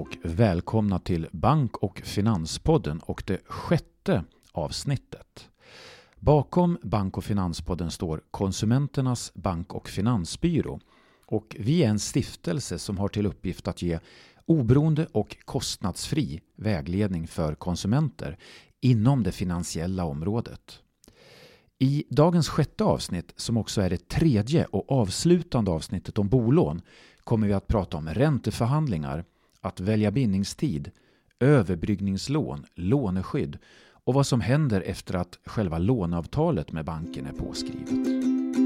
och välkomna till Bank- och Finanspodden och det 6:e avsnittet. Bakom Bank- och Finanspodden står Konsumenternas bank- och finansbyrå och vi är en stiftelse som har till uppgift att ge oberoende och kostnadsfri vägledning för konsumenter inom det finansiella området. I dagens 6:e avsnitt, som också är det 3:e och avslutande avsnittet om bolån, kommer vi att prata om ränteförhandlingar, att välja bindningstid, överbryggningslån, låneskydd och vad som händer efter att själva låneavtalet med banken är påskrivet.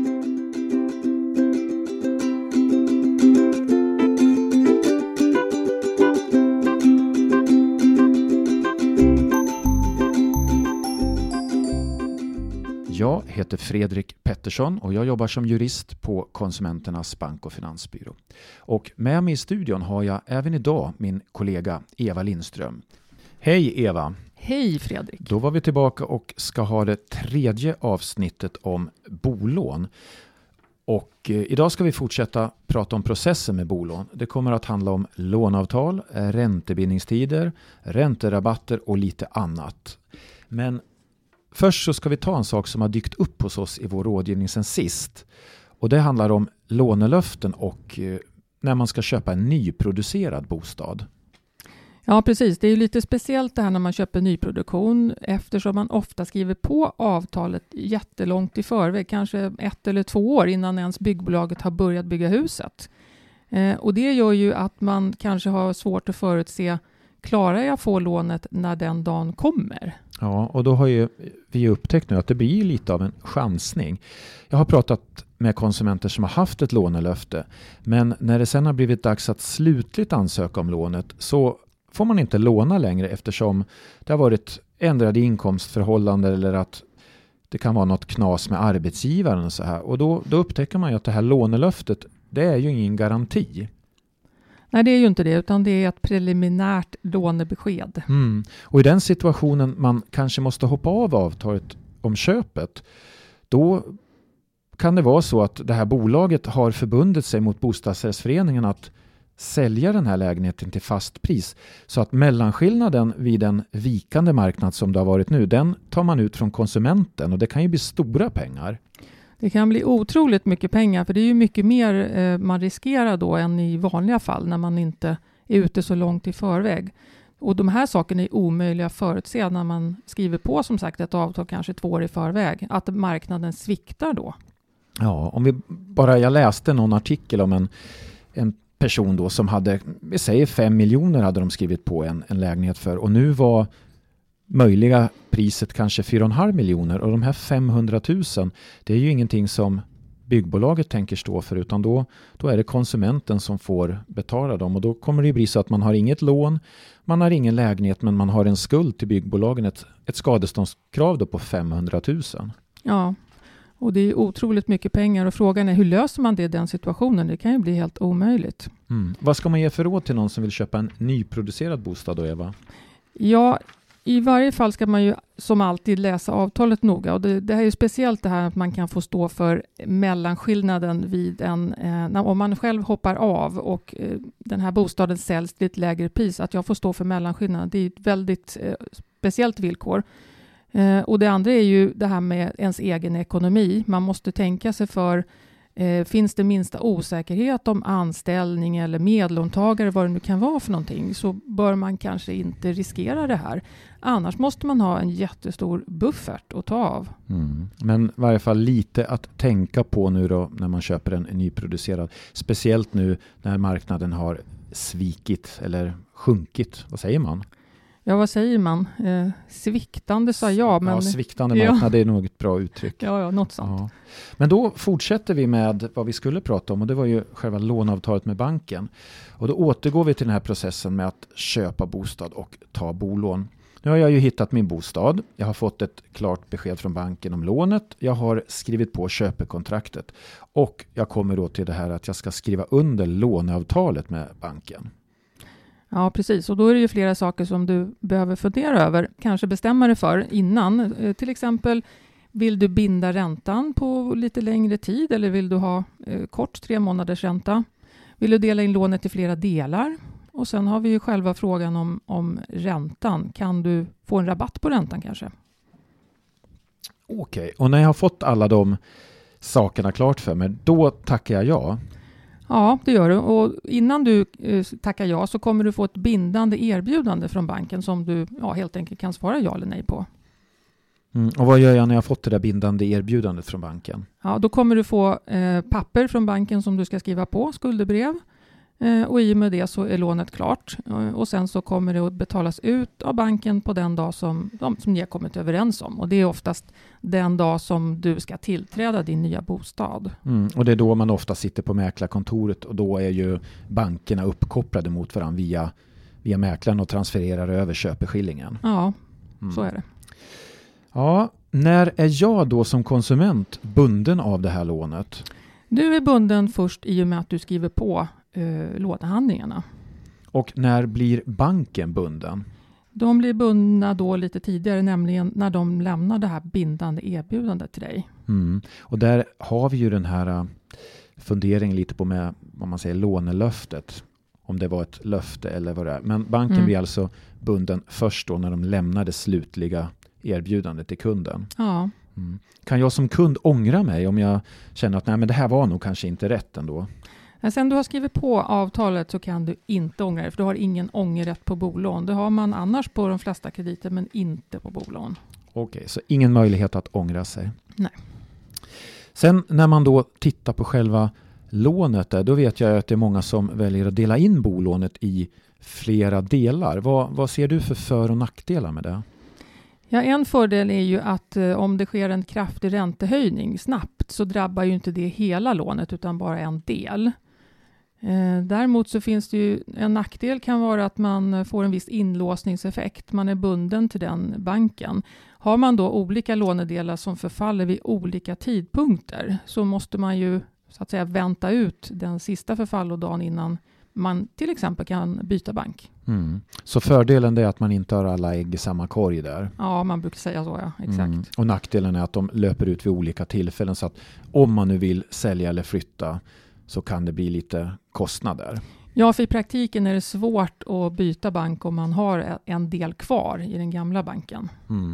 Jag heter Fredrik Pettersson och jag jobbar som jurist på Konsumenternas bank- och finansbyrå. Och med mig i studion har jag även idag min kollega Eva Lindström. Hej Eva! Hej Fredrik! Då var vi tillbaka och ska ha det 3:e avsnittet om bolån. Och idag ska vi fortsätta prata om processen med bolån. Det kommer att handla om låneavtal, räntebindningstider, ränterabatter och lite annat. Men först så ska vi ta en sak som har dykt upp hos oss i vår rådgivning sen sist. Och det handlar om lånelöften och när man ska köpa en nyproducerad bostad. Ja precis, det är ju lite speciellt det här när man köper nyproduktion eftersom man ofta skriver på avtalet jättelångt i förväg, kanske 1 eller 2 år innan ens byggbolaget har börjat bygga huset. Och det gör ju att man kanske har svårt att förutse, klarar jag få lånet när den dagen kommer? Ja, och då har ju vi upptäckt nu att det blir lite av en chansning. Jag har pratat med konsumenter som har haft ett lånelöfte, men när det sen har blivit dags att slutligt ansöka om lånet så får man inte låna längre eftersom det har varit ändrade inkomstförhållanden eller att det kan vara något knas med arbetsgivaren och så här. Och då upptäcker man ju att det här lånelöftet, det är ju ingen garanti. Nej, det är ju inte det, utan det är ett preliminärt lånebesked. Och i den situationen man kanske måste hoppa av avtalet om köpet, då kan det vara så att det här bolaget har förbundit sig mot bostadsrättsföreningen att sälja den här lägenheten till fast pris. Så att mellanskillnaden vid en vikande marknad som det har varit nu, den tar man ut från konsumenten och det kan ju bli stora pengar. Det kan bli otroligt mycket pengar för det är ju mycket mer man riskerar då än i vanliga fall när man inte är ute så långt i förväg. Och de här sakerna är omöjliga att förutse när man skriver på som sagt ett avtal kanske 2 år i förväg. Att marknaden sviktar då. Ja, jag läste någon artikel om en person då som hade, vi säger 5 miljoner hade de skrivit på en lägenhet för och nu var möjliga priset kanske 4,5 miljoner och de här 500 000 det är ju ingenting som byggbolaget tänker stå för utan då är det konsumenten som får betala dem och då kommer det ju bli så att man har inget lån, man har ingen lägenhet men man har en skuld till byggbolagen, ett skadeståndskrav då på 500 000. Ja, och det är otroligt mycket pengar och frågan är hur löser man det i den situationen? Det kan ju bli helt omöjligt. Vad ska man ge för råd till någon som vill köpa en nyproducerad bostad då, Eva? Ja, i varje fall ska man ju som alltid läsa avtalet noga och det här är ju speciellt det här att man kan få stå för mellanskillnaden vid om man själv hoppar av och den här bostaden säljs till ett lägre pris, att jag får stå för mellanskillnaden. Det är ett väldigt speciellt villkor. Och det andra är ju det här med ens egen ekonomi. Man måste tänka sig för, finns det minsta osäkerhet om anställning eller medlåntagare, vad det nu kan vara för någonting, så bör man kanske inte riskera det här. Annars måste man ha en jättestor buffert att ta av. Men i varje fall lite att tänka på nu då när man köper en nyproducerad. Speciellt nu när marknaden har svikit eller sjunkit. Vad säger man? Ja, vad säger man? Sviktande sa jag. Men... Ja, sviktande marknad är nog ett bra uttryck. Ja, något sånt. Ja. Men då fortsätter vi med vad vi skulle prata om och det var ju själva låneavtalet med banken. Och då återgår vi till den här processen med att köpa bostad och ta bolån. Nu har jag ju hittat min bostad. Jag har fått ett klart besked från banken om lånet. Jag har skrivit på köpekontraktet. Och jag kommer då till det här att jag ska skriva under låneavtalet med banken. Ja, precis. Och då är det ju flera saker som du behöver fundera över. Kanske bestämma dig för innan. Till exempel, vill du binda räntan på lite längre tid eller vill du ha kort 3 månaders ränta? Vill du dela in lånet i flera delar? Och sen har vi ju själva frågan om räntan. Kan du få en rabatt på räntan kanske? Okej, och när jag har fått alla de sakerna klart för mig, då tackar jag ja. Ja, det gör du. Och innan du tackar ja så kommer du få ett bindande erbjudande från banken som du helt enkelt kan svara ja eller nej på. Och vad gör jag när jag har fått det där bindande erbjudandet från banken? Ja, då kommer du få papper från banken som du ska skriva på, skuldebrev. Och i och med det så är lånet klart. Och sen så kommer det att betalas ut av banken på den dag som ni har kommit överens om. Och det är oftast den dag som du ska tillträda din nya bostad. Och det är då man ofta sitter på mäklarkontoret och då är ju bankerna uppkopplade mot varandra via mäklaren och transfererar över köpeskillingen. Ja, så är det. Ja, när är jag då som konsument bunden av det här lånet? Du är bunden först i och med att du skriver på lånehandlingarna. Och när blir banken bunden? De blir bundna då lite tidigare, nämligen när de lämnar det här bindande erbjudandet till dig. Och där har vi ju den här funderingen lite på med vad man säger lånelöftet. Om det var ett löfte eller vad det är. Men banken blir alltså bunden först då när de lämnar det slutliga erbjudandet till kunden. Ja. Kan jag som kund ångra mig om jag känner att nej, men det här var nog kanske inte rätt ändå? Sen du har skrivit på avtalet så kan du inte ångra dig, för du har ingen ångerrätt på bolån. Det har man annars på de flesta krediter men inte på bolån. Okej, så ingen möjlighet att ångra sig. Nej. Sen när man då tittar på själva lånet där, då vet jag att det är många som väljer att dela in bolånet i flera delar. Vad ser du för och nackdelar med det? Ja, en fördel är ju att om det sker en kraftig räntehöjning snabbt så drabbar ju inte det hela lånet utan bara en del. Däremot så finns det ju en nackdel kan vara att man får en viss inlåsningseffekt. Man är bunden till den banken. Har man då olika lånedelar som förfaller vid olika tidpunkter så måste man ju så att säga vänta ut den sista förfallodagen innan man till exempel kan byta bank. Så fördelen är att man inte har alla ägg i samma korg där? Ja, man brukar säga så, ja. Exakt. Och nackdelen är att de löper ut vid olika tillfällen så att om man nu vill sälja eller flytta så kan det bli lite kostnader. Ja, för i praktiken är det svårt att byta bank om man har en del kvar i den gamla banken.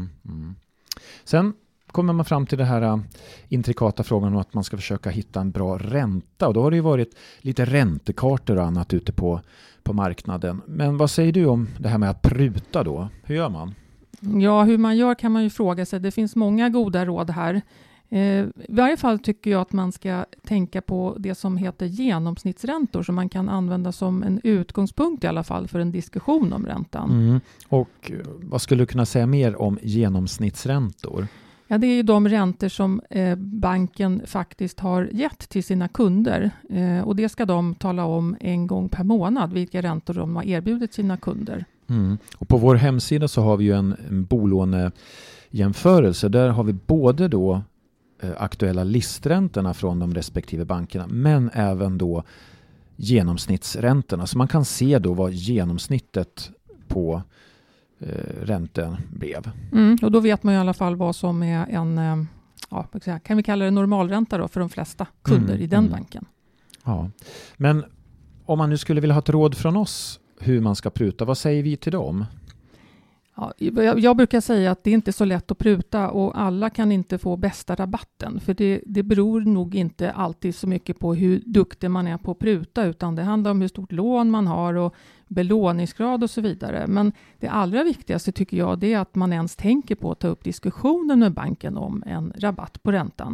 Sen kommer man fram till det här intrikata frågan om att man ska försöka hitta en bra ränta. Och då har det ju varit lite räntekartor och annat ute på marknaden. Men vad säger du om det här med att pruta då? Hur gör man? Ja, hur man gör kan man ju fråga sig. Det finns många goda råd här. I varje fall tycker jag att man ska tänka på det som heter genomsnittsräntor som man kan använda som en utgångspunkt i alla fall för en diskussion om räntan. Och vad skulle du kunna säga mer om genomsnittsräntor? Ja, det är ju de räntor som banken faktiskt har gett till sina kunder. Och det ska de tala om en gång per månad, vilka räntor de har erbjudit sina kunder. Och på vår hemsida så har vi ju en bolånejämförelse. Där har vi både då aktuella listräntorna från de respektive bankerna men även då genomsnittsräntorna. Så man kan se då vad genomsnittet på räntan blev. Och då vet man i alla fall vad som är en, kan vi kalla det normalränta då för de flesta kunder i den banken. Ja, men om man nu skulle vilja ha ett råd från oss hur man ska pruta, vad säger vi till dem? Ja, jag brukar säga att det är inte så lätt att pruta och alla kan inte få bästa rabatten. För det beror nog inte alltid så mycket på hur duktig man är på att pruta utan det handlar om hur stort lån man har och belåningsgrad och så vidare. Men det allra viktigaste tycker jag det är att man ens tänker på att ta upp diskussionen med banken om en rabatt på räntan.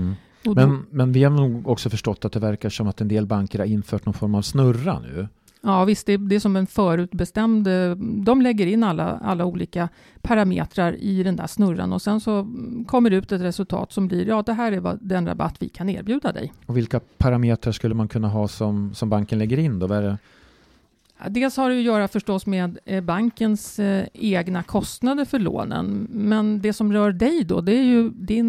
Men vi har nog också förstått att det verkar som att en del banker har infört någon form av snurra nu. Ja visst, det är som en förutbestämd, de lägger in alla olika parametrar i den där snurran och sen så kommer det ut ett resultat som blir, det här är den rabatt vi kan erbjuda dig. Och vilka parametrar skulle man kunna ha som banken lägger in då? Vad är det? Dels har det att göra förstås med bankens egna kostnader för lånen. Men det som rör dig då, det är ju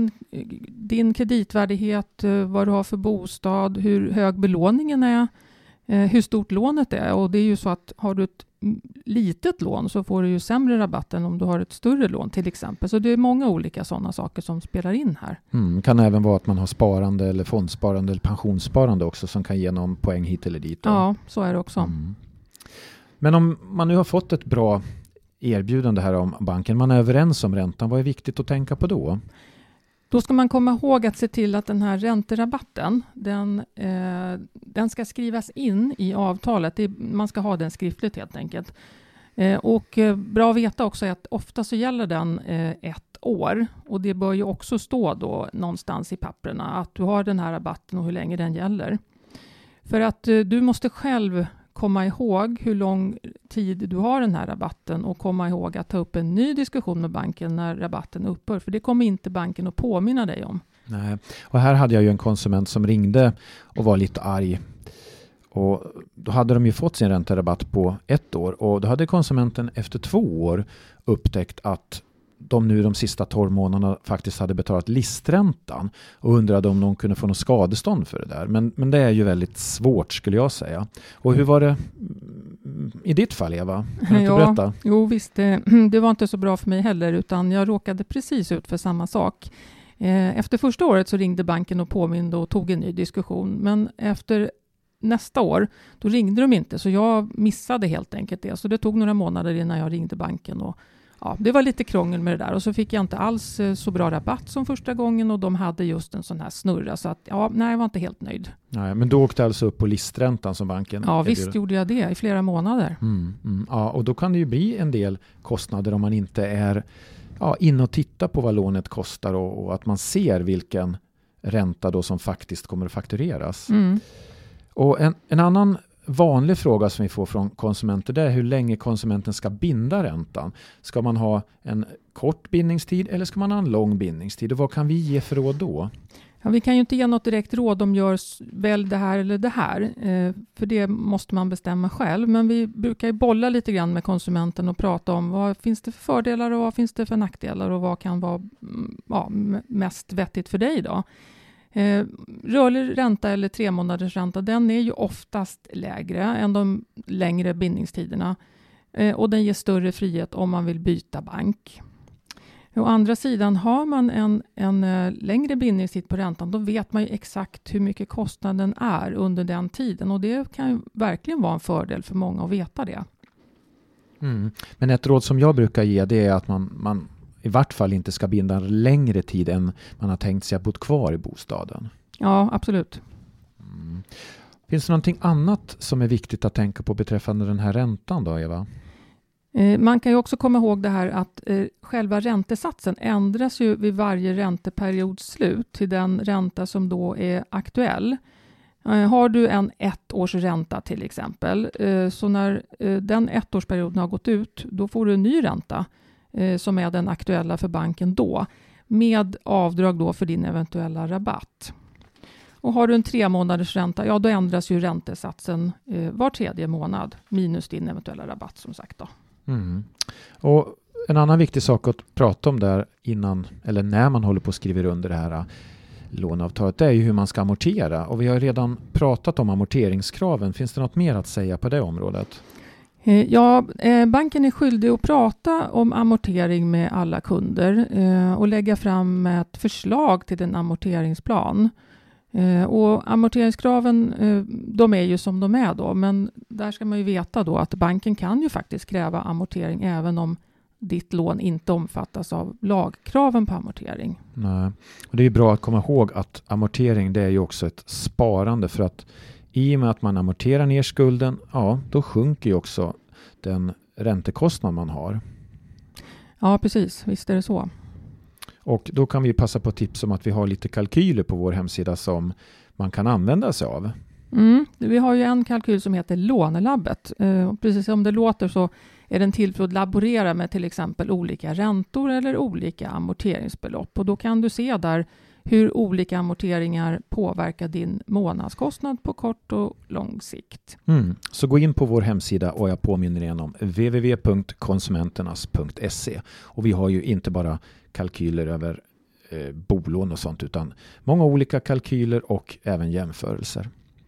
din kreditvärdighet, vad du har för bostad, hur hög belåningen är, hur stort lånet är. Och det är ju så att har du ett litet lån så får du ju sämre rabatt än om du har ett större lån till exempel. Så det är många olika sådana saker som spelar in här. Kan även vara att man har sparande eller fondsparande eller pensionssparande också som kan ge någon poäng hit eller dit. Då. Ja, så är det också. Men om man nu har fått ett bra erbjudande här om banken, man är överens om räntan, vad är viktigt att tänka på då? Då ska man komma ihåg att se till att den här ränterabatten, den ska skrivas in i avtalet. Man ska ha den skriftligt helt enkelt. Och bra att veta också är att ofta så gäller den 1 år. Och det bör ju också stå då någonstans i papperna att du har den här rabatten och hur länge den gäller. För att du måste själv komma ihåg hur lång tid du har den här rabatten och komma ihåg att ta upp en ny diskussion med banken när rabatten upphör. För det kommer inte banken att påminna dig om. Nej, och här hade jag ju en konsument som ringde och var lite arg. Och då hade de ju fått sin ränterabatt på 1 år och då hade konsumenten efter 2 år upptäckt att de nu de sista 12 månaderna faktiskt hade betalat listräntan och undrade om de kunde få något skadestånd för det där. Men det är ju väldigt svårt skulle jag säga. Och hur var det i ditt fall, Eva? Kan du inte berätta? Jo visst, det var inte så bra för mig heller utan jag råkade precis ut för samma sak. Efter första året så ringde banken och påminde och tog en ny diskussion. Men efter nästa år, då ringde de inte så jag missade helt enkelt det. Så det tog några månader innan jag ringde banken och ja, det var lite krångel med det där och så fick jag inte alls så bra rabatt som första gången och de hade just en sån här snurra så att jag var inte helt nöjd. Nej, men då åkte alltså upp på listräntan som banken. Ja, visst gjorde jag det i flera månader. Ja, och då kan det ju bli en del kostnader om man inte är inne och tittar på vad lånet kostar och att man ser vilken ränta då som faktiskt kommer att faktureras. Och en annan vanlig fråga som vi får från konsumenter det är hur länge konsumenten ska binda räntan. Ska man ha en kort bindningstid eller ska man ha en lång bindningstid? Och vad kan vi ge för råd då? Ja, vi kan ju inte ge något direkt råd om gör väl det här eller det här. För det måste man bestämma själv. Men vi brukar ju bolla lite grann med konsumenten och prata om vad finns det för fördelar och vad finns det för nackdelar och vad kan vara mest vettigt för dig då. Rörlig ränta eller 3 månaders ränta den är ju oftast lägre än de längre bindningstiderna och den ger större frihet om man vill byta bank. Å andra sidan har man en längre bindningstid på räntan då vet man ju exakt hur mycket kostnaden är under den tiden och det kan ju verkligen vara en fördel för många att veta det. Men ett råd som jag brukar ge det är att man i vart fall inte ska binda en längre tid än man har tänkt sig att bo kvar i bostaden. Ja, absolut. Finns det någonting annat som är viktigt att tänka på beträffande den här räntan då, Eva? Man kan ju också komma ihåg det här att själva räntesatsen ändras ju vid varje ränteperiods slut till den ränta som då är aktuell. Har du en 1-års ränta till exempel, så när den 1-årsperioden har gått ut, då får du en ny ränta som är den aktuella för banken då, med avdrag då för din eventuella rabatt. Och har du en 3 månaders ränta, då ändras ju räntesatsen var 3:e månad minus din eventuella rabatt som sagt då. Och en annan viktig sak att prata om där innan eller när man håller på att skriva under det här låneavtalet det är ju hur man ska amortera och vi har redan pratat om amorteringskraven. Finns det något mer att säga på det området? Ja, banken är skyldig att prata om amortering med alla kunder och lägga fram ett förslag till en amorteringsplan. Och amorteringskraven, de är ju som de är då, men där ska man ju veta då att banken kan ju faktiskt kräva amortering även om ditt lån inte omfattas av lagkraven på amortering. Nej. Och det är ju bra att komma ihåg att amortering det är ju också ett sparande för att i och med att man amorterar ner skulden, då sjunker ju också den räntekostnad man har. Ja, precis. Visst är det så. Och då kan vi passa på tips om att vi har lite kalkyler på vår hemsida som man kan använda sig av. Vi har ju en kalkyl som heter Lånelabbet. Precis som det låter så är den till för att laborera med till exempel olika räntor eller olika amorteringsbelopp. Och då kan du se där hur olika amorteringar påverkar din månadskostnad på kort och lång sikt. Så gå in på vår hemsida och jag påminner igen om www.konsumenternas.se. Och vi har ju inte bara kalkyler över bolån och sånt utan många olika kalkyler och även jämförelser.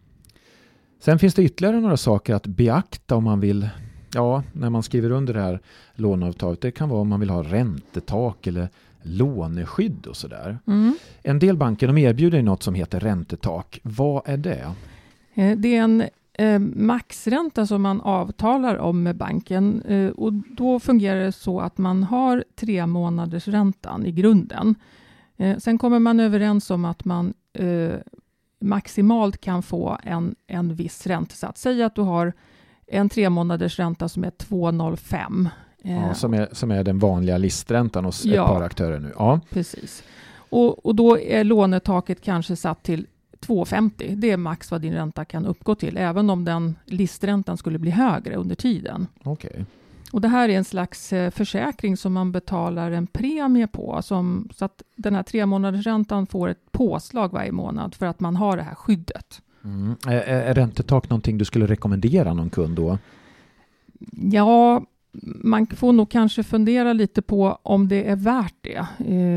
Sen finns det ytterligare några saker att beakta om man vill, när man skriver under det här låneavtalet. Det kan vara om man vill ha räntetak eller låneskydd och sådär. En del banker de erbjuder något som heter räntetak. Vad är det? Det är maxränta som man avtalar om med banken. Och då fungerar det så att man har 3 månaders räntan i grunden. Sen kommer man överens om att man maximalt kan få en viss räntesats. Säg att du har en 3 månaders ränta som är 2,05. Ja, som är den vanliga listräntan hos ett par aktörer nu. Ja, precis. Och då är lånetaket kanske satt till 2,50. Det är max vad din ränta kan uppgå till, även om den listräntan skulle bli högre under tiden. Okej. Och det här är en slags försäkring som man betalar en premie på, så att den här 3 månaders räntan får ett påslag varje månad för att man har det här skyddet. Är räntetak någonting du skulle rekommendera någon kund då? Ja, man får nog kanske fundera lite på om det är värt det.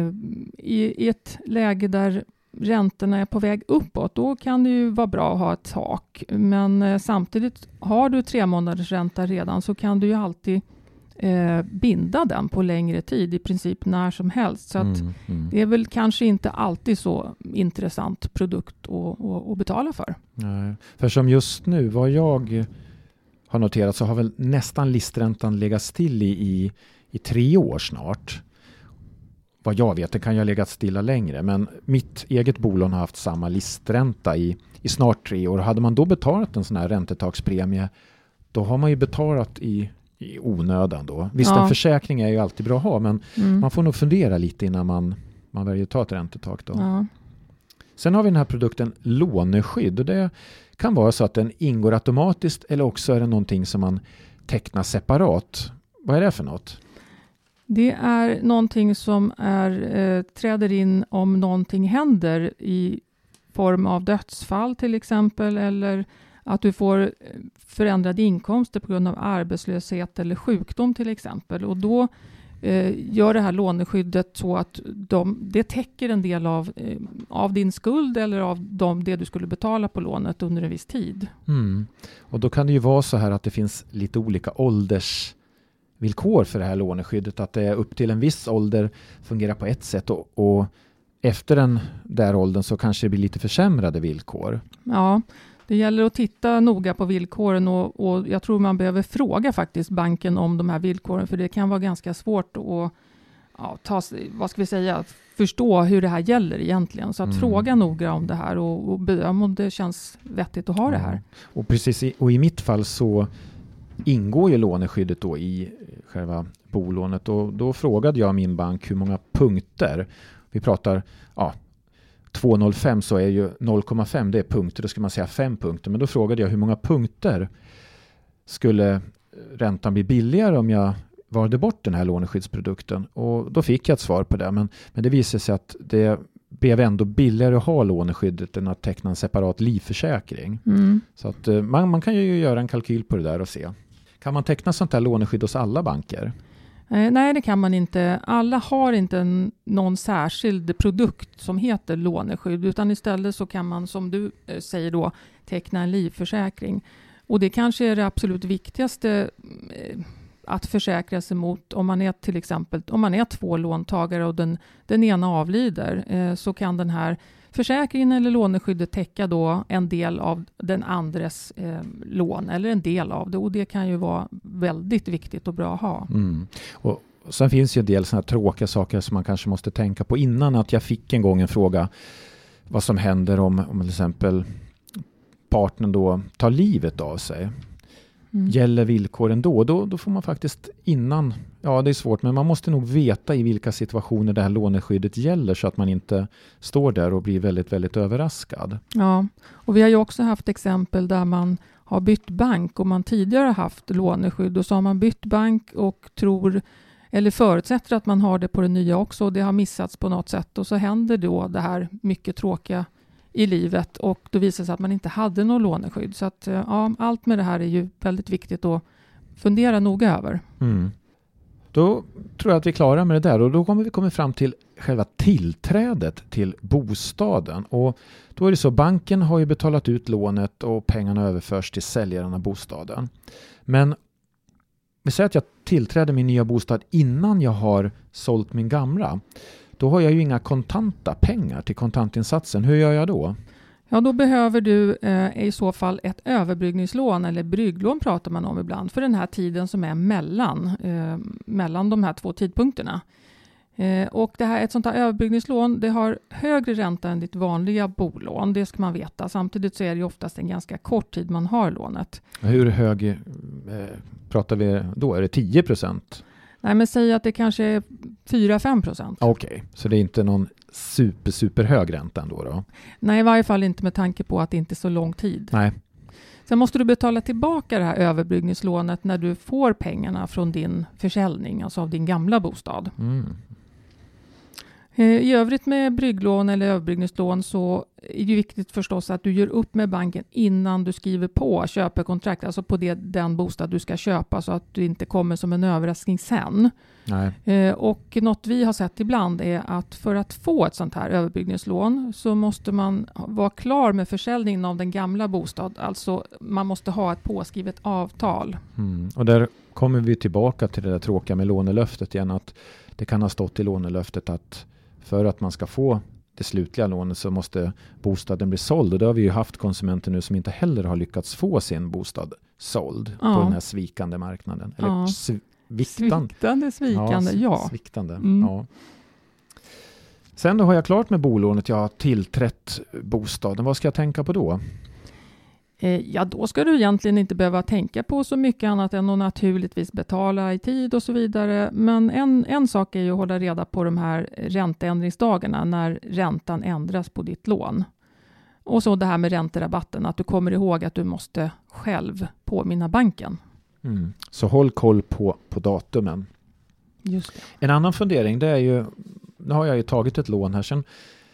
I ett läge där räntorna är på väg uppåt, då kan det ju vara bra att ha ett tak. Men samtidigt, har du 3 månaders ränta redan, så kan du ju alltid binda den på längre tid, i princip när som helst. Så att det är väl kanske inte alltid så intressant produkt att betala för. Nej. För som just nu, vad jag har noterat, så har väl nästan listräntan legat still i 3 år snart. Vad jag vet, det kan ju ha legat stilla längre. Men mitt eget bolån har haft samma listränta i snart 3 år. Hade man då betalat en sån här räntetakspremie, då har man ju betalat i onödan då. Visst, en försäkring är ju alltid bra att ha, men man får nog fundera lite innan man väljer att ta ett räntetak då. Ja. Sen har vi den här produkten låneskydd, och det kan vara så att den ingår automatiskt, eller också är det någonting som man tecknar separat. Vad är det för något? Det är någonting som träder in om någonting händer i form av dödsfall till exempel, eller att du får förändrade inkomster på grund av arbetslöshet eller sjukdom till exempel. Och då gör det här låneskyddet så att det täcker en del av din skuld eller av det du skulle betala på lånet under en viss tid. Och då kan det ju vara så här att det finns lite olika åldersvillkor för det här låneskyddet. Att det är upp till en viss ålder fungerar på ett sätt, och efter den där åldern så kanske det blir lite försämrade villkor. Ja, det gäller att titta noga på villkoren, och jag tror man behöver fråga faktiskt banken om de här villkoren, för det kan vara ganska svårt att förstå hur det här gäller egentligen. Så att fråga noga om det här och bedöma om det känns vettigt att ha det här. Och precis, och i mitt fall så ingår ju låneskyddet då i själva bolånet, och då frågade jag min bank hur många punkter. Vi pratar 2,05, så är ju 0,5 det är punkter, då ska man säga 5 punkter. Men då frågade jag hur många punkter skulle räntan bli billigare om jag valde bort den här låneskyddsprodukten. Och då fick jag ett svar på det. Men det visade sig att det blev ändå billigare att ha låneskyddet än att teckna en separat livförsäkring. Så att man kan ju göra en kalkyl på det där och se. Kan man teckna sånt här låneskydd hos alla banker? Nej, det kan man inte. Alla har inte någon särskild produkt som heter låneskydd, utan istället så kan man, som du säger då, teckna en livförsäkring. Och det kanske är det absolut viktigaste att försäkra sig mot. Om man är till exempel 2 låntagare och den ena avlider, så kan den här försäkringen eller låneskyddet täcka då en del av den andres lån, eller en del av det, och det kan ju vara väldigt viktigt och bra att ha. Och sen finns ju en del sådana här tråkiga saker som man kanske måste tänka på innan. Att jag fick en gång en fråga vad som händer om till exempel partnern då tar livet av sig. Gäller villkoren då? Då får man faktiskt innan, det är svårt, men man måste nog veta i vilka situationer det här låneskyddet gäller, så att man inte står där och blir väldigt, väldigt överraskad. Ja, och vi har ju också haft exempel där man har bytt bank, och man tidigare har haft låneskydd, och så har man bytt bank och tror eller förutsätter att man har det på det nya också, och det har missats på något sätt, och så händer då det här mycket tråkiga i livet, och då visar det sig att man inte hade något låneskydd. Så att allt med det här är ju väldigt viktigt att fundera noga över. Då tror jag att vi är klara med det där, och då kommer vi komma fram till själva tillträdet till bostaden. Och då är det så, banken har ju betalat ut lånet och pengarna överförs till säljaren av bostaden. Men vi säger att jag tillträder min nya bostad innan jag har sålt min gamla. Då har jag ju inga kontanta pengar till kontantinsatsen. Hur gör jag då? Ja, då behöver du i så fall ett överbryggningslån, eller brygglån pratar man om ibland, för den här tiden som är mellan de här två tidpunkterna. Och ett sånt här överbryggningslån, det har högre ränta än ditt vanliga bolån, det ska man veta. Samtidigt så är det ju oftast en ganska kort tid man har lånet. Hur hög pratar vi då? Är det 10%? Nej, men säg att det kanske är 4-5%. Okej, så det är inte någon super hög ränta ändå då? Nej, i varje fall inte med tanke på att det inte är så lång tid. Nej. Sen måste du betala tillbaka det här överbryggningslånet när du får pengarna från din försäljning, alltså av din gamla bostad. Mm. I övrigt med brygglån eller överbryggningslån så är det viktigt förstås att du gör upp med banken innan du skriver på köpekontrakt, alltså på den bostad du ska köpa, så att du inte kommer som en överraskning sen. Nej. Och något vi har sett ibland är att för att få ett sånt här överbryggningslån så måste man vara klar med försäljningen av den gamla bostad, alltså man måste ha ett påskrivet avtal. Mm. Och där kommer vi tillbaka till det där tråkiga med lånelöftet igen, att det kan ha stått i lånelöftet att för att man ska få det slutliga lånet så måste bostaden bli såld. Och det har vi ju haft konsumenter nu som inte heller har lyckats få sin bostad såld på den här svikande marknaden. Eller sviktande, ja. Sviktande, ja. Sen då har jag klart med bolånet, jag har tillträtt bostaden. Vad ska jag tänka på då? Ja, då ska du egentligen inte behöva tänka på så mycket annat än att naturligtvis betala i tid och så vidare. Men en sak är ju att hålla reda på de här ränteändringsdagarna när räntan ändras på ditt lån. Och så det här med ränterabatten, att du kommer ihåg att du måste själv påminna banken. Mm. Så håll koll på datumen. Just det. En annan fundering, det är ju, nu har jag ju tagit ett lån här, sen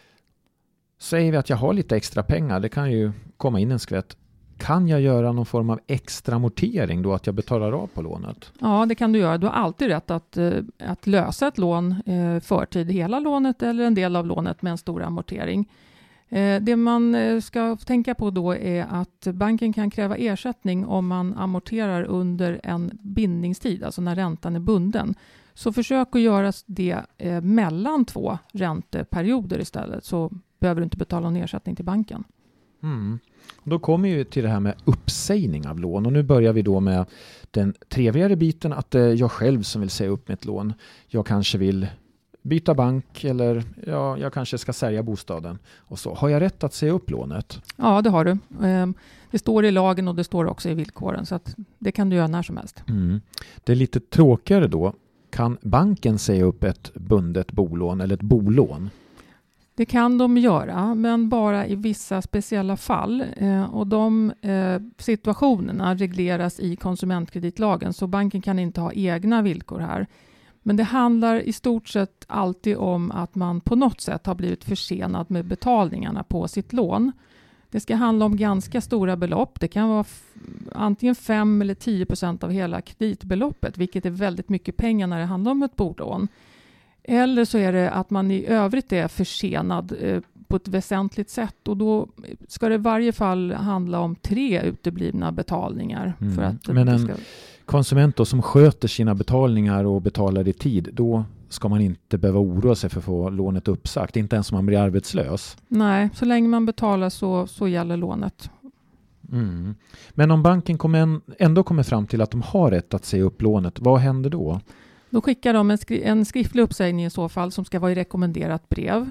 säger vi att jag har lite extra pengar, det kan ju komma in en skvätt. Kan jag göra någon form av extra amortering då, att jag betalar av på lånet? Ja, det kan du göra. Du har alltid rätt att lösa ett lån förtid, hela lånet eller en del av lånet med en stor amortering. Det man ska tänka på då är att banken kan kräva ersättning om man amorterar under en bindningstid, alltså när räntan är bunden. Så försök att göra det mellan 2 ränteperioder istället, så behöver du inte betala någon ersättning till banken. Mm. Då kommer vi till det här med uppsägning av lån, och nu börjar vi då med den trevligare biten, att det är jag själv som vill säga upp mitt lån. Jag kanske vill byta bank, eller jag kanske ska sälja bostaden. Och så. Har jag rätt att säga upp lånet? Ja, det har du. Det står i lagen och det står också i villkoren, så att det kan du göra när som helst. Mm. Det är lite tråkigare då. Kan banken säga upp ett bundet bolån eller ett bolån? Det kan de göra, men bara i vissa speciella fall. Och de situationerna regleras i konsumentkreditlagen, så banken kan inte ha egna villkor här. Men det handlar i stort sett alltid om att man på något sätt har blivit försenad med betalningarna på sitt lån. Det ska handla om ganska stora belopp. Det kan vara antingen 5 eller 10% av hela kreditbeloppet, vilket är väldigt mycket pengar när det handlar om ett bolån. Eller så är det att man i övrigt är försenad på ett väsentligt sätt, och då ska det i varje fall handla om 3 uteblivna betalningar. För att men en konsument då som sköter sina betalningar och betalar i tid, då ska man inte behöva oroa sig för att få lånet uppsagt, inte ens om man blir arbetslös. Nej, så länge man betalar så gäller lånet. Mm. Men om banken ändå kommer fram till att de har rätt att säga upp lånet, vad händer då? Då skickar de en skriftlig uppsägning i så fall, som ska vara i rekommenderat brev.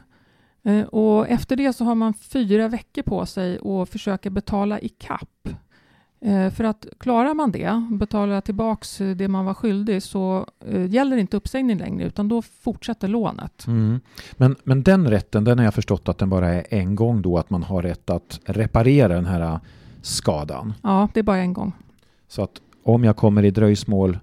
Och efter det så har man 4 veckor på sig att försöka betala i kapp. För att klarar man det, betala tillbaks det man var skyldig, så gäller inte uppsägning längre, utan då fortsätter lånet. Mm. Men den rätten, den har jag förstått att den bara är en gång då, att man har rätt att reparera den här skadan. Ja, det är bara en gång. Så att om jag kommer i dröjsmål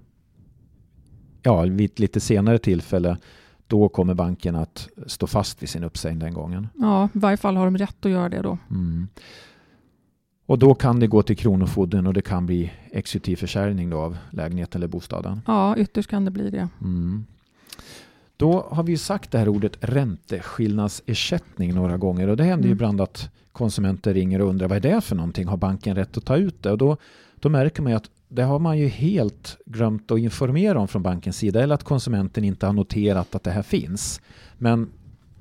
vid lite senare tillfälle, då kommer banken att stå fast vid sin uppsägning den gången. Ja, i varje fall har de rätt att göra det då. Mm. Och då kan det gå till kronofogden och det kan bli exekutiv försäljning då av lägenheten eller bostaden. Ja, ytterst kan det bli det. Mm. Då har vi sagt det här ordet ränteskillnadsersättning några gånger, och det händer ju ibland att konsumenter ringer och undrar vad är det för någonting, har banken rätt att ta ut det? Och då märker man ju att det har man ju helt glömt att informera om från bankens sida, eller att konsumenten inte har noterat att det här finns. Men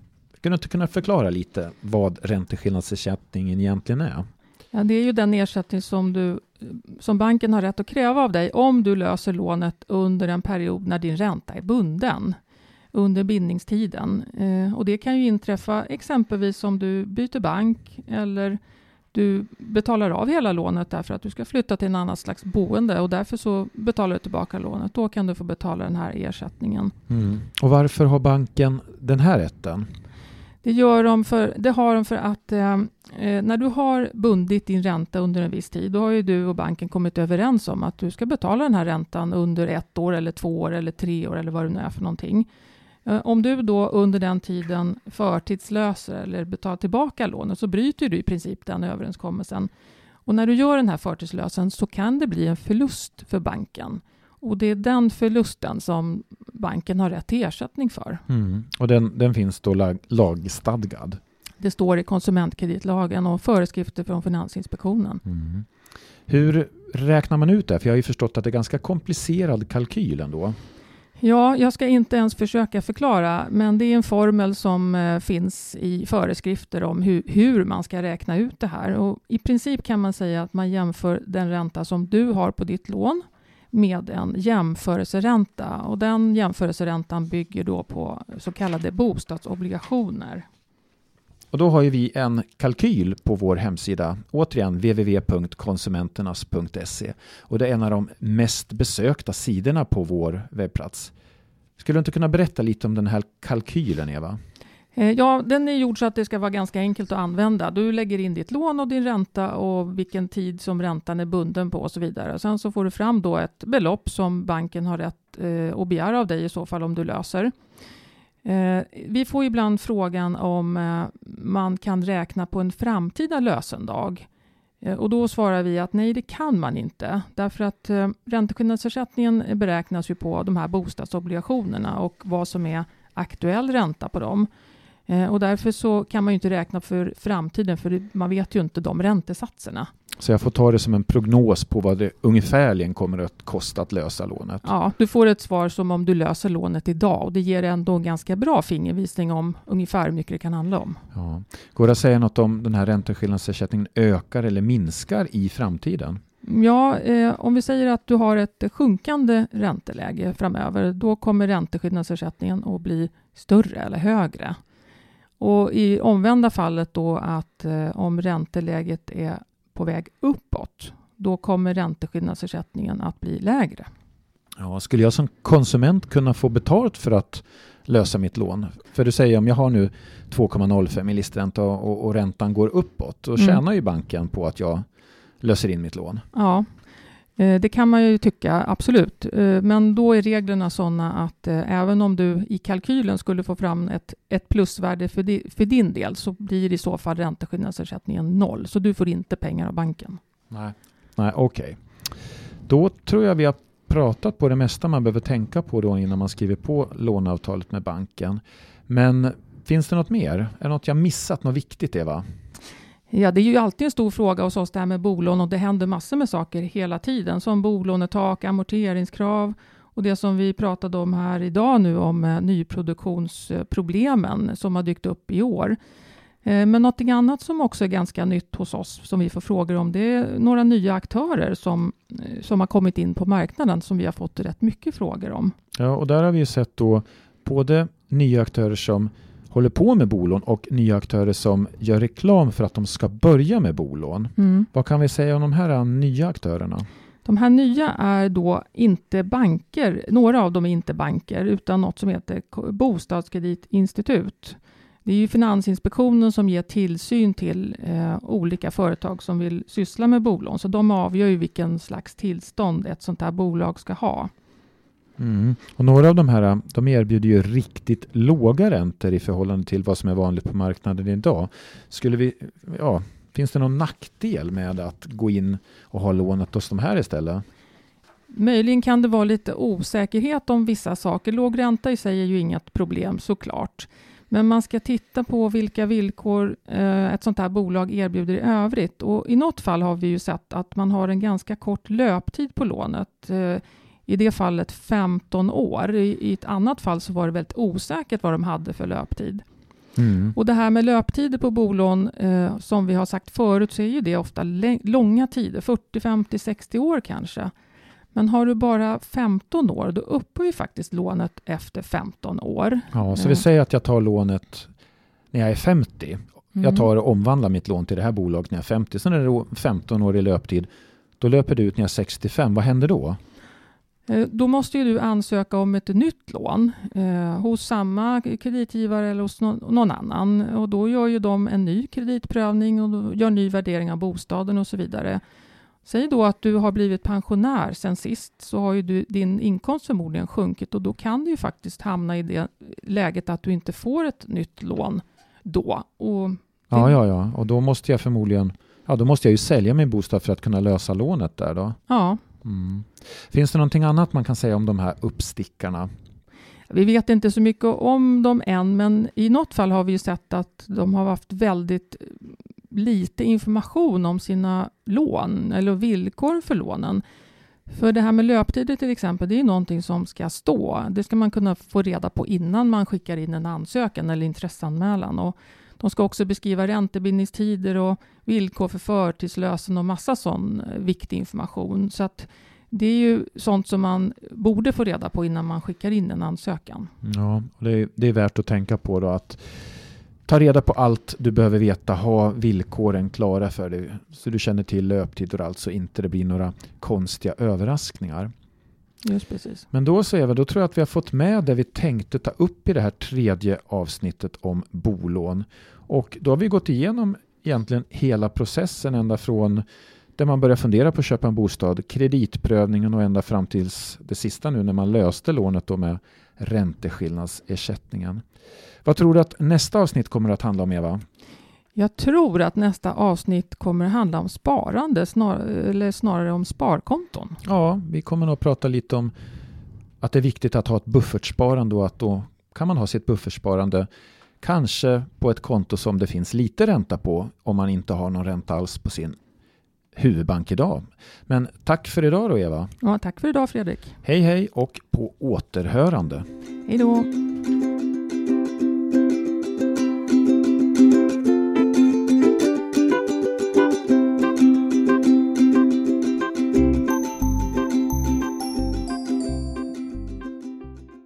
Skulle du inte kunna förklara lite vad ränteskillnadsersättningen egentligen är? Ja, det är ju den ersättning som banken har rätt att kräva av dig om du löser lånet under en period när din ränta är bunden under bindningstiden. Och det kan ju inträffa exempelvis om du byter bank eller du betalar av hela lånet därför att du ska flytta till en annan slags boende och därför så betalar du tillbaka lånet. Då kan du få betala den här ersättningen. Och varför har banken den här rätten? Det har de för att när du har bundit din ränta under en viss tid, då har ju du och banken kommit överens om att du ska betala den här räntan under 1 år eller 2 år eller 3 år eller vad det nu är för någonting. Om du då under den tiden förtidslöser eller betalar tillbaka lånet så bryter du i princip den överenskommelsen. Och när du gör den här förtidslösen så kan det bli en förlust för banken. Och det är den förlusten som banken har rätt till ersättning för. Och den finns då lagstadgad? Det står i konsumentkreditlagen och föreskrifter från Finansinspektionen. Hur räknar man ut det? För jag har ju förstått att det är ganska komplicerad kalkyl ändå. Ja, jag ska inte ens försöka förklara, men det är en formel som finns i föreskrifter om hur man ska räkna ut det här. Och i princip kan man säga att man jämför den ränta som du har på ditt lån med en jämförelseränta. Och den jämförelseräntan bygger då på så kallade bostadsobligationer. Och då har ju vi en kalkyl på vår hemsida, återigen www.konsumenternas.se. Och det är en av de mest besökta sidorna på vår webbplats. Skulle du inte kunna berätta lite om den här kalkylen, Eva? Ja, den är gjord så att det ska vara ganska enkelt att använda. Du lägger in ditt lån och din ränta och vilken tid som räntan är bunden på och så vidare. Sen så får du fram då ett belopp som banken har rätt att begära av dig i så fall om du löser. Vi får ibland frågan om man kan räkna på en framtida lösendag. Och då svarar vi att nej, det kan man inte. Därför att ränteskillnadsersättningen beräknas ju på de här bostadsobligationerna och vad som är aktuell ränta på dem. Och därför så kan man ju inte räkna för framtiden för man vet ju inte de räntesatserna. Så jag får ta det som en prognos på vad det ungefärligen kommer att kosta att lösa lånet? Ja, du får ett svar som om du löser lånet idag och det ger ändå en ganska bra fingervisning om ungefär hur mycket det kan handla om. Ja. Går det att säga något om den här ränteskillnadsersättningen ökar eller minskar i framtiden? Ja, om vi säger att du har ett sjunkande ränteläge framöver, då kommer ränteskillnadsersättningen att bli större eller högre. Och i omvända fallet då att om ränteläget är på väg uppåt, då kommer ränteskillnadsersättningen att bli lägre. Ja, skulle jag som konsument kunna få betalt för att lösa mitt lån? För du säger om jag har nu 2,05 i listränta och räntan går uppåt, då tjänar ju banken på att jag löser in mitt lån. Ja, det kan man ju tycka, absolut. Men då är reglerna sådana att även om du i kalkylen skulle få fram ett plusvärde för din del så blir i så fall ränteskillnadsersättningen 0. Så du får inte pengar av banken. Nej, okej. Då tror jag vi har pratat på det mesta man behöver tänka på då innan man skriver på låneavtalet med banken. Men finns det något mer? Är det något jag missat, något viktigt, Eva? Ja, det är ju alltid en stor fråga hos oss det här med bolån och det händer massor med saker hela tiden som bolånetak, amorteringskrav och det som vi pratade om här idag nu om nyproduktionsproblemen som har dykt upp i år. Men något annat som också är ganska nytt hos oss som vi får frågor om, det är några nya aktörer som har kommit in på marknaden som vi har fått rätt mycket frågor om. Ja, och där har vi ju sett då både nya aktörer som håller på med bolån och nya aktörer som gör reklam för att de ska börja med bolån. Vad kan vi säga om de här nya aktörerna? De här nya är då inte banker, några av dem är inte banker utan något som heter bostadskreditinstitut. Det är ju Finansinspektionen som ger tillsyn till olika företag som vill syssla med bolån. Så de avgör ju vilken slags tillstånd ett sånt här bolag ska ha. Och några av de här de erbjuder ju riktigt låga räntor i förhållande till vad som är vanligt på marknaden idag. Finns det någon nackdel med att gå in och ha lånet hos de här istället? Möjligen kan det vara lite osäkerhet om vissa saker. Låg ränta i sig är ju inget problem såklart. Men man ska titta på vilka villkor ett sånt här bolag erbjuder i övrigt. Och i något fall har vi ju sett att man har en ganska kort löptid på lånet. I det fallet 15 år. I ett annat fall så var det väldigt osäkert vad de hade för löptid. Och det här med löptider på bolån, som vi har sagt förut, så är ju det ofta långa tider, 40, 50, 60 år kanske. Men har du bara 15 år, då upphör ju faktiskt lånet efter 15 år. Ja, så vi säger att jag tar lånet när jag är 50. Jag tar och omvandlar mitt lån till det här bolaget när jag är 50. Sen är det då 15 år i löptid. Då löper det ut när jag är 65. Vad händer då? Då måste ju du ansöka om ett nytt lån hos samma kreditgivare eller hos någon annan. Och då gör ju de en ny kreditprövning och då gör ny värdering av bostaden och så vidare. Säg då att du har blivit pensionär sen sist, så har ju din inkomst förmodligen sjunkit och då kan du ju faktiskt hamna i det läget att du inte får ett nytt lån då. Ja. Och då måste jag förmodligen, då måste jag ju sälja min bostad för att kunna lösa lånet där då. Ja. Finns det någonting annat man kan säga om de här uppstickarna? Vi vet inte så mycket om dem än, men i något fall har vi ju sett att de har haft väldigt lite information om sina lån eller villkor för lånen. För det här med löptider till exempel, det är någonting som ska stå. Det ska man kunna få reda på innan man skickar in en ansökan eller intresseanmälan. Och de ska också beskriva räntebindningstider och villkor för förtidslösen och massa sån viktig information. Så att det är ju sånt som man borde få reda på innan man skickar in en ansökan. Ja, det är värt att tänka på då, att ta reda på allt du behöver veta, ha villkoren klara för dig så du känner till löptider och allt, så inte det blir några konstiga överraskningar. Just precis. Men då tror jag att vi har fått med det vi tänkte ta upp i det här 3:e avsnittet om bolån. Och då har vi gått igenom egentligen hela processen ända från där man börjar fundera på att köpa en bostad, kreditprövningen och ända fram till det sista nu när man löste lånet då med ränteskillnadsersättningen. Vad tror du att nästa avsnitt kommer att handla om, Eva? Jag tror att nästa avsnitt kommer att handla om sparande, snarare om sparkonton. Ja, vi kommer nog att prata lite om att det är viktigt att ha ett buffertsparande och att då kan man ha sitt buffertsparande kanske på ett konto som det finns lite ränta på om man inte har någon ränta alls på sin huvudbank idag. Men tack för idag då, Eva. Ja, tack för idag, Fredrik. Hej och på återhörande. Hej då.